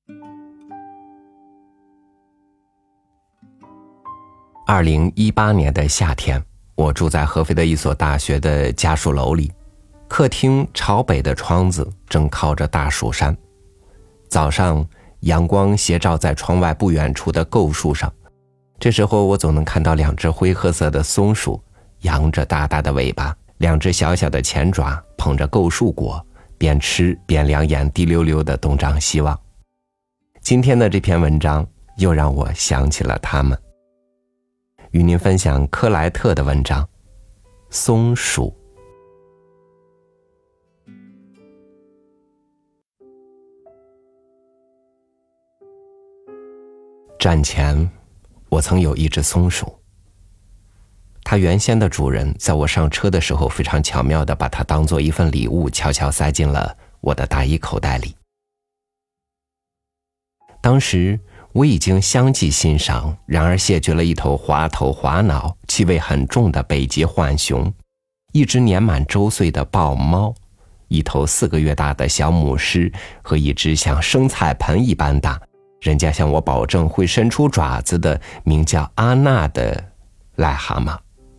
2018年的夏天，我住在合肥的一所大学的家属楼里，客厅朝北的窗子正靠着大蜀山。早上阳光斜照在窗外不远处的构树上，这时候我总能看到2只灰褐色的松鼠扬着大大的尾巴，2只小小的前爪捧着构树果，边吃边两眼滴溜溜地东张西望。今天的这篇文章又让我想起了它们，与您分享克莱特的文章《松鼠》。战前，我曾有一只松鼠，它原先的主人在我上车的时候非常巧妙地把它当作一份礼物悄悄塞进了我的大衣口袋里。当时我已经相继欣赏，然而谢绝了一头滑头滑脑气味很重的北极浣熊，一只年满周岁的豹猫，一头4个月大的小母狮和一只像生菜盆一般大，人家向我保证会伸出爪子的名叫阿娜的癞蛤蟆。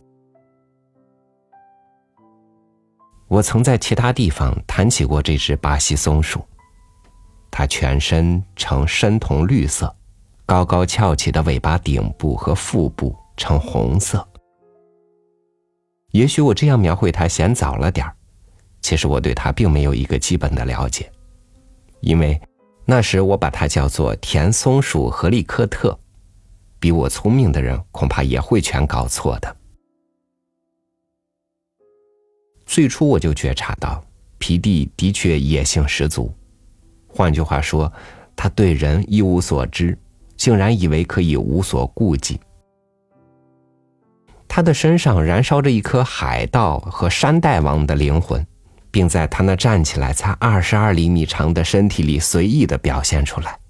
我曾在其他地方谈起过这只巴西松鼠，它全身呈深铜绿色，高高翘起的尾巴顶部和腹部呈红色。也许我这样描绘它嫌早了点，其实我对它并没有一个基本的了解，因为那时我把它叫做田松鼠荷利科特，比我聪明的人恐怕也会全搞错的。最初我就觉察到皮蒂的确野性十足，换句话说，他对人一无所知，竟然以为可以无所顾忌。他的身上燃烧着一颗海盗和山大王的灵魂，并在他那站起来才22厘米长的身体里随意地表现出来。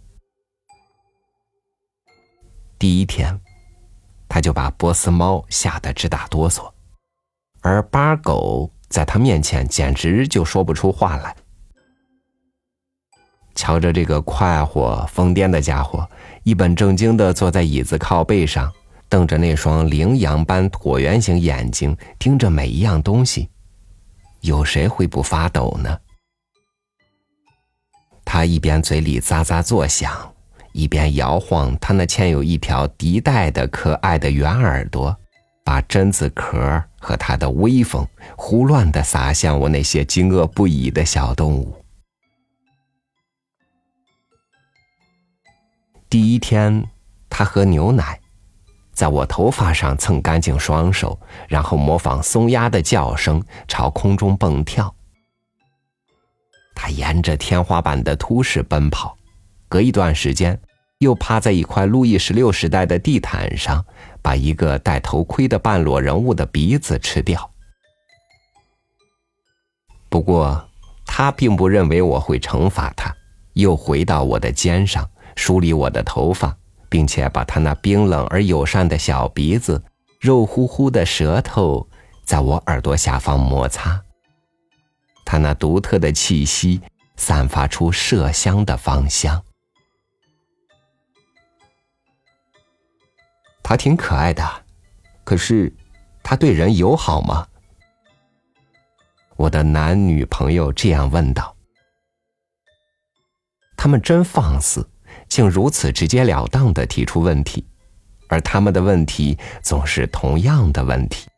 第一天，他就把波斯猫吓得直打哆嗦，而巴狗在他面前简直就说不出话来。瞧着这个快活疯癫的家伙，一本正经地坐在椅子靠背上，瞪着那双羚羊般椭圆形眼睛，盯着每一样东西，有谁会不发抖呢？他一边嘴里咂咂作响，一边摇晃他那嵌有一条笛带的可爱的圆耳朵，把榛子壳和他的威风胡乱地洒向我那些惊愕不已的小动物。第一天，他喝牛奶，在我头发上蹭干净双手，然后模仿松鸦的叫声朝空中蹦跳。他沿着天花板的凸式奔跑，隔一段时间又趴在一块路易16时代的地毯上，把一个戴头盔的半裸人物的鼻子吃掉。不过他并不认为我会惩罚他，又回到我的肩上，梳理我的头发，并且把他那冰冷而友善的小鼻子、肉乎乎的舌头在我耳朵下方摩擦。他那独特的气息散发出麝香的芳香。他挺可爱的，可是他对人友好吗？我的男女朋友这样问道。他们真放肆，竟如此直截了当地提出问题，而他们的问题总是同样的问题。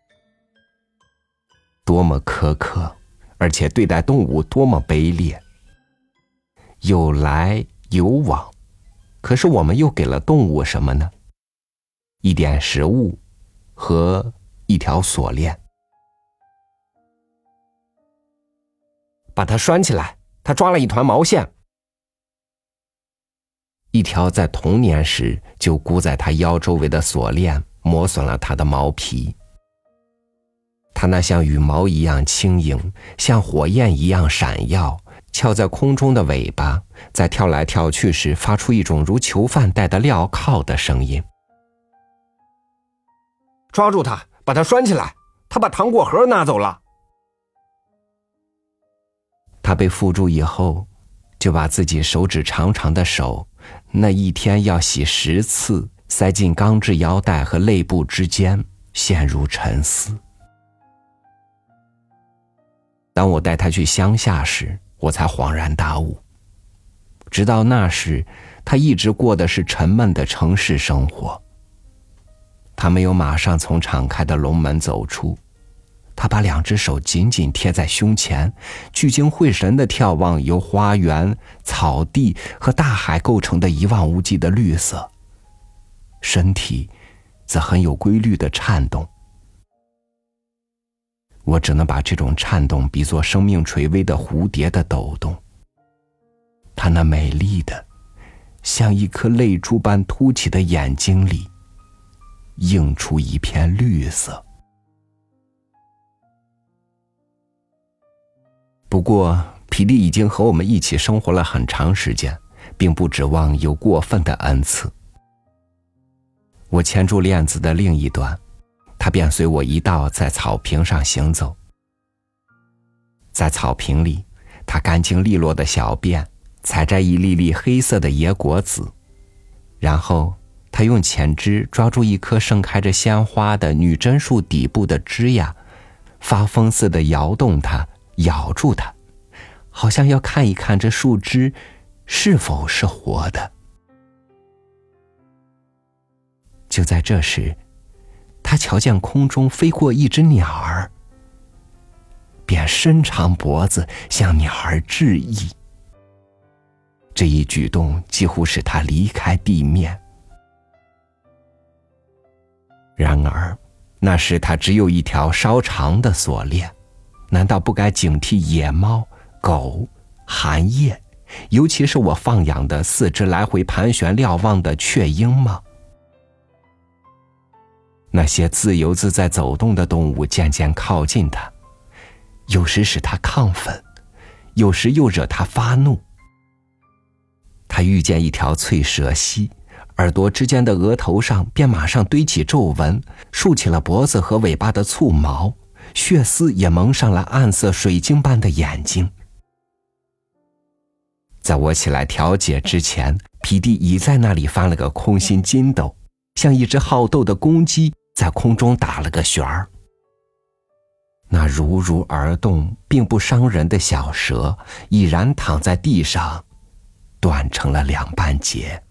多么苛刻，而且对待动物多么卑劣。有来有往，可是我们又给了动物什么呢？一点食物和一条锁链。把它拴起来，它抓了一团毛线。一条在童年时就箍在他腰周围的锁链磨损了他的毛皮。他那像羽毛一样轻盈，像火焰一样闪耀，翘在空中的尾巴在跳来跳去时发出一种如囚犯戴的镣铐的声音。抓住他，把他拴起来，他把糖果盒拿走了。他被缚住以后， 就把自己手指长长的手，那一天要洗10次，塞进钢制腰带和肋部之间，陷入沉思。当我带他去乡下时，我才恍然大悟，直到那时，他一直过的是沉闷的城市生活。他没有马上从敞开的笼门走出，他把2只手紧紧贴在胸前，聚精会神地眺望由花园、草地和大海构成的一望无际的绿色，身体则很有规律地颤动。我只能把这种颤动比作生命垂危的蝴蝶的抖动。它那美丽的像一颗泪珠般凸起的眼睛里映出一片绿色。不过皮蒂已经和我们一起生活了很长时间，并不指望有过分的恩赐。我牵住链子的另一端，他便随我一道在草坪上行走。在草坪里，他干净利落的小便，采摘一粒粒黑色的野果子，然后他用前肢抓住一棵盛开着鲜花的女贞树底部的枝桠，发疯似的摇动它，咬住它，好像要看一看这树枝是否是活的。就在这时，他瞧见空中飞过一只鸟儿，便伸长脖子向鸟儿致意。这一举动几乎使他离开地面。然而那时他只有一条稍长的锁链，难道不该警惕野猫、狗、寒夜，尤其是我放养的4只来回盘旋瞭望的雀鹰吗？那些自由自在走动的动物渐渐靠近他，有时使他亢奋，有时又惹他发怒。他遇见一条翠蛇蜥，耳朵之间的额头上便马上堆起皱纹，竖起了脖子和尾巴的簇毛，血丝也蒙上了暗色水晶般的眼睛。在我起来调解之前，皮蒂已在那里翻了个空心筋斗，像一只好斗的公鸡在空中打了个旋儿。那如如而动并不伤人的小蛇已然躺在地上，断成了2半截。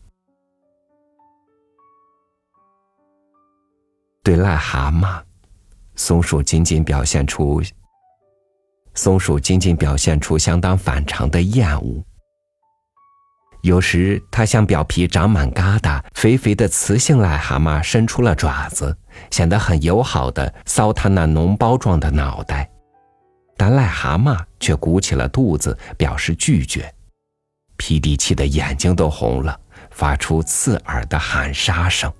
对癞蛤蟆，松鼠仅仅表现出相当反常的厌恶。有时它向表皮长满疙瘩、肥肥的雌性癞蛤蟆伸出了爪子，显得很友好地搔它那脓包状的脑袋，但癞蛤蟆却鼓起了肚子表示拒绝。皮蒂气得眼睛都红了，发出刺耳的喊杀声。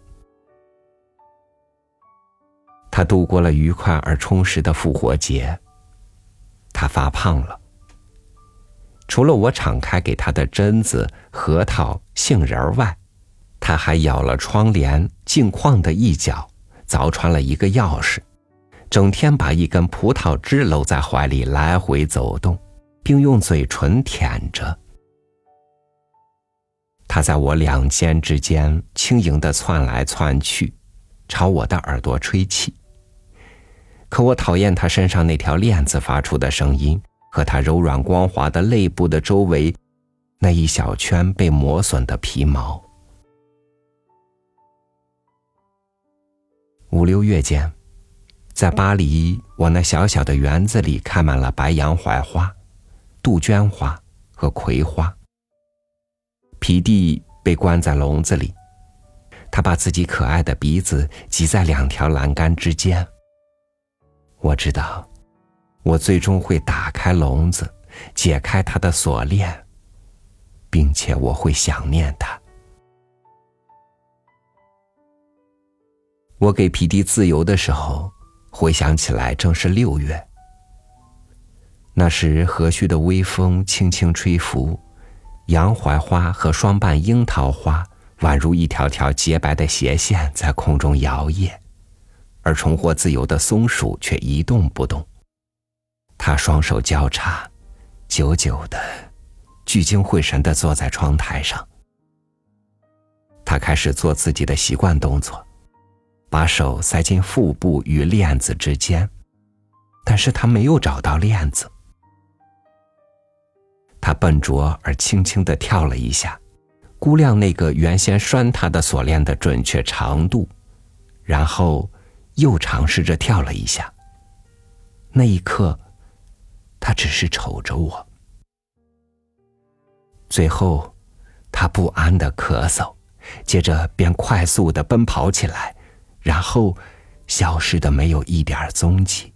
他度过了愉快而充实的复活节。他发胖了，除了我敞开给他的榛子、核桃、杏仁外，他还咬了窗帘镜框的一角，凿穿了一个钥匙，整天把一根葡萄枝搂在怀里来回走动，并用嘴唇舔着。他在我2肩之间轻盈地窜来窜去，朝我的耳朵吹气。可我讨厌他身上那条链子发出的声音，和他柔软光滑的肋部的周围那一小圈被磨损的皮毛。5、6月间，在巴黎我那小小的园子里开满了白洋槐花、杜鹃花和葵花。皮蒂被关在笼子里，他把自己可爱的鼻子挤在2条栏杆之间。我知道，我最终会打开笼子，解开它的锁链，并且我会想念它。我给皮蒂自由的时候，回想起来正是6月。那时和煦的微风轻轻吹拂，洋槐花和双瓣樱桃花宛如一条条洁白的斜线在空中摇曳，而重获自由的松鼠却一动不动。它双手交叉，久久地聚精会神地坐在窗台上。他开始做自己的习惯动作，把手塞进腹部与链子之间，但是他没有找到链子。他笨拙而轻轻地跳了一下，估量那个原先拴他的锁链的准确长度，然后又尝试着跳了一下。那一刻，他只是瞅着我。最后，他不安地咳嗽，接着便快速地奔跑起来，然后消失得没有一点踪迹。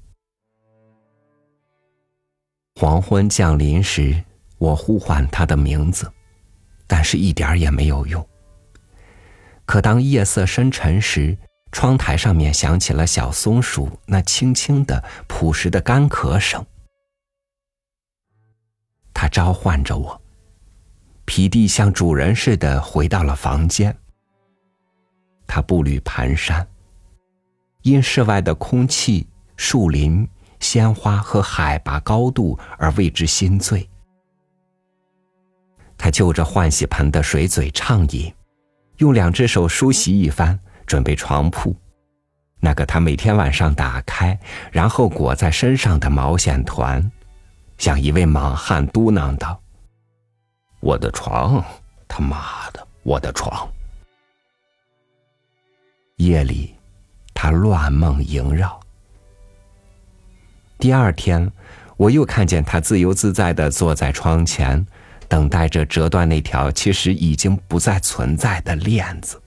黄昏降临时，我呼唤他的名字，但是一点也没有用。可当夜色深沉时，窗台上面响起了小松鼠那轻轻的朴实的干咳声。它召唤着我，皮蒂像主人似的回到了房间。他步履蹒跚，因室外的空气、树林、鲜花和海拔高度而为之心醉。他就着换洗盆的水嘴畅饮，用2只手梳洗一番，准备床铺，那个他每天晚上打开，然后裹在身上的毛线团，像一位莽汉嘟囔道：“我的床，他妈的，我的床。”夜里，他乱梦萦绕。第二天，我又看见他自由自在地坐在窗前，等待着折断那条其实已经不再存在的链子。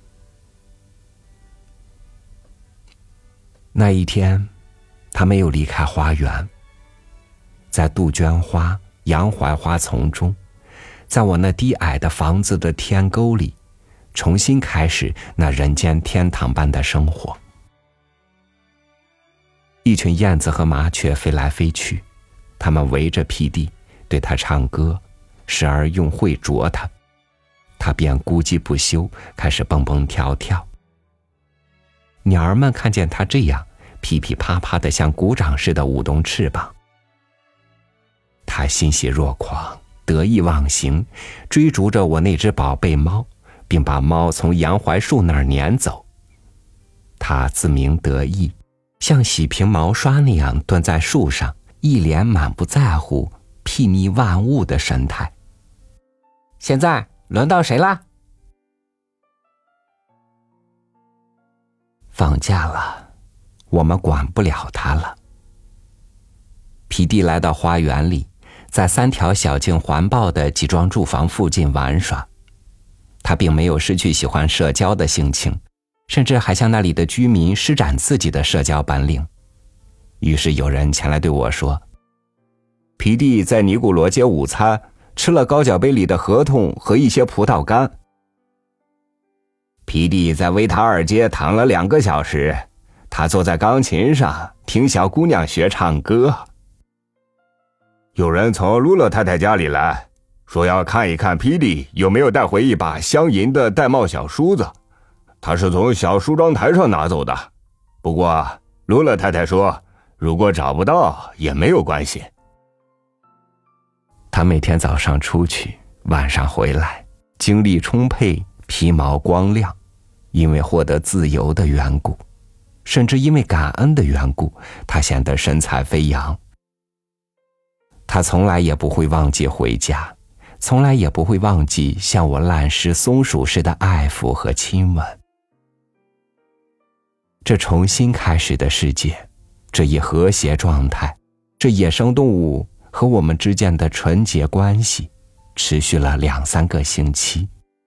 那一天，他没有离开花园，在杜鹃花、洋槐花丛中，在我那低矮的房子的天沟里，重新开始那人间天堂般的生活。一群燕子和麻雀飞来飞去，它们围着皮蒂，对他唱歌，时而用喙啄他，他便咕叽不休，开始蹦蹦跳跳。鸟儿们看见他这样，噼噼啪啪地像鼓掌似的舞动翅膀。他欣喜若狂，得意忘形，追逐着我那只宝贝猫，并把猫从洋槐树那儿撵走。他自鸣得意，像洗平毛刷那样蹲在树上，一脸满不在乎、睥睨万物的神态。现在轮到谁啦？放假了，我们管不了他了。皮蒂来到花园里，在3条小径环抱的几幢住房附近玩耍。他并没有失去喜欢社交的性情，甚至还向那里的居民施展自己的社交本领。于是有人前来对我说：“皮蒂在尼古罗街午餐，吃了高脚杯里的合同和一些葡萄干。”皮蒂在维塔尔街躺了2个小时，他坐在钢琴上听小姑娘学唱歌。有人从卢勒太太家里来，说要看一看皮蒂有没有带回一把镶银的玳瑁小梳子，他是从小梳妆台上拿走的。不过卢勒太太说，如果找不到也没有关系。他每天早上出去，晚上回来，精力充沛，皮毛光亮，因为获得自由的缘故，甚至因为感恩的缘故，他显得神采飞扬。他从来也不会忘记回家，从来也不会忘记向我烂石松鼠似的爱抚和亲吻。这重新开始的世界，这一和谐状态，这野生动物和我们之间的纯洁关系，持续了2-3个星期。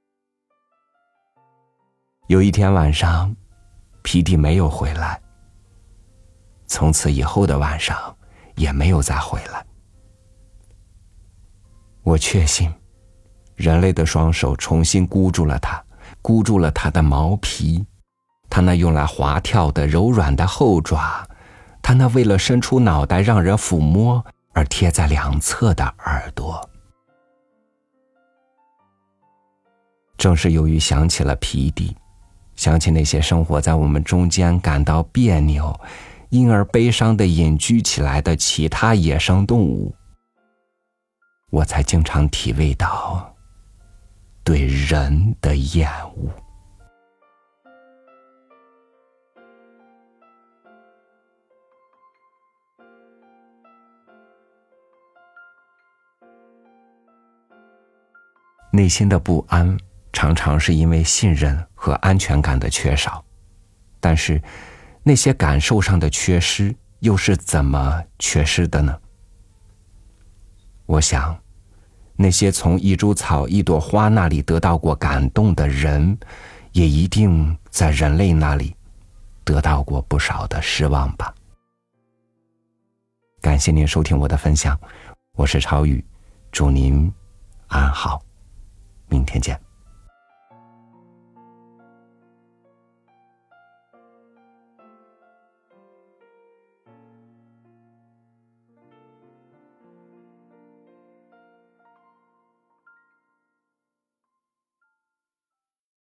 有一天晚上，皮蒂没有回来，从此以后的晚上也没有再回来。我确信，人类的双手重新箍住了它，箍住了它的毛皮，它那用来滑跳的柔软的后爪，它那为了伸出脑袋让人抚摸而贴在2侧的耳朵。正是由于想起了皮蒂，想起那些生活在我们中间感到别扭，因而悲伤地隐居起来的其他野生动物， 我才经常体味到对人的厌恶。内心的不安常常是因为信任和安全感的缺少，但是那些感受上的缺失又是怎么缺失的呢？我想，那些从一株草、一朵花那里得到过感动的人，也一定在人类那里得到过不少的失望吧。感谢您收听我的分享，我是超宇，祝您安好，明天见。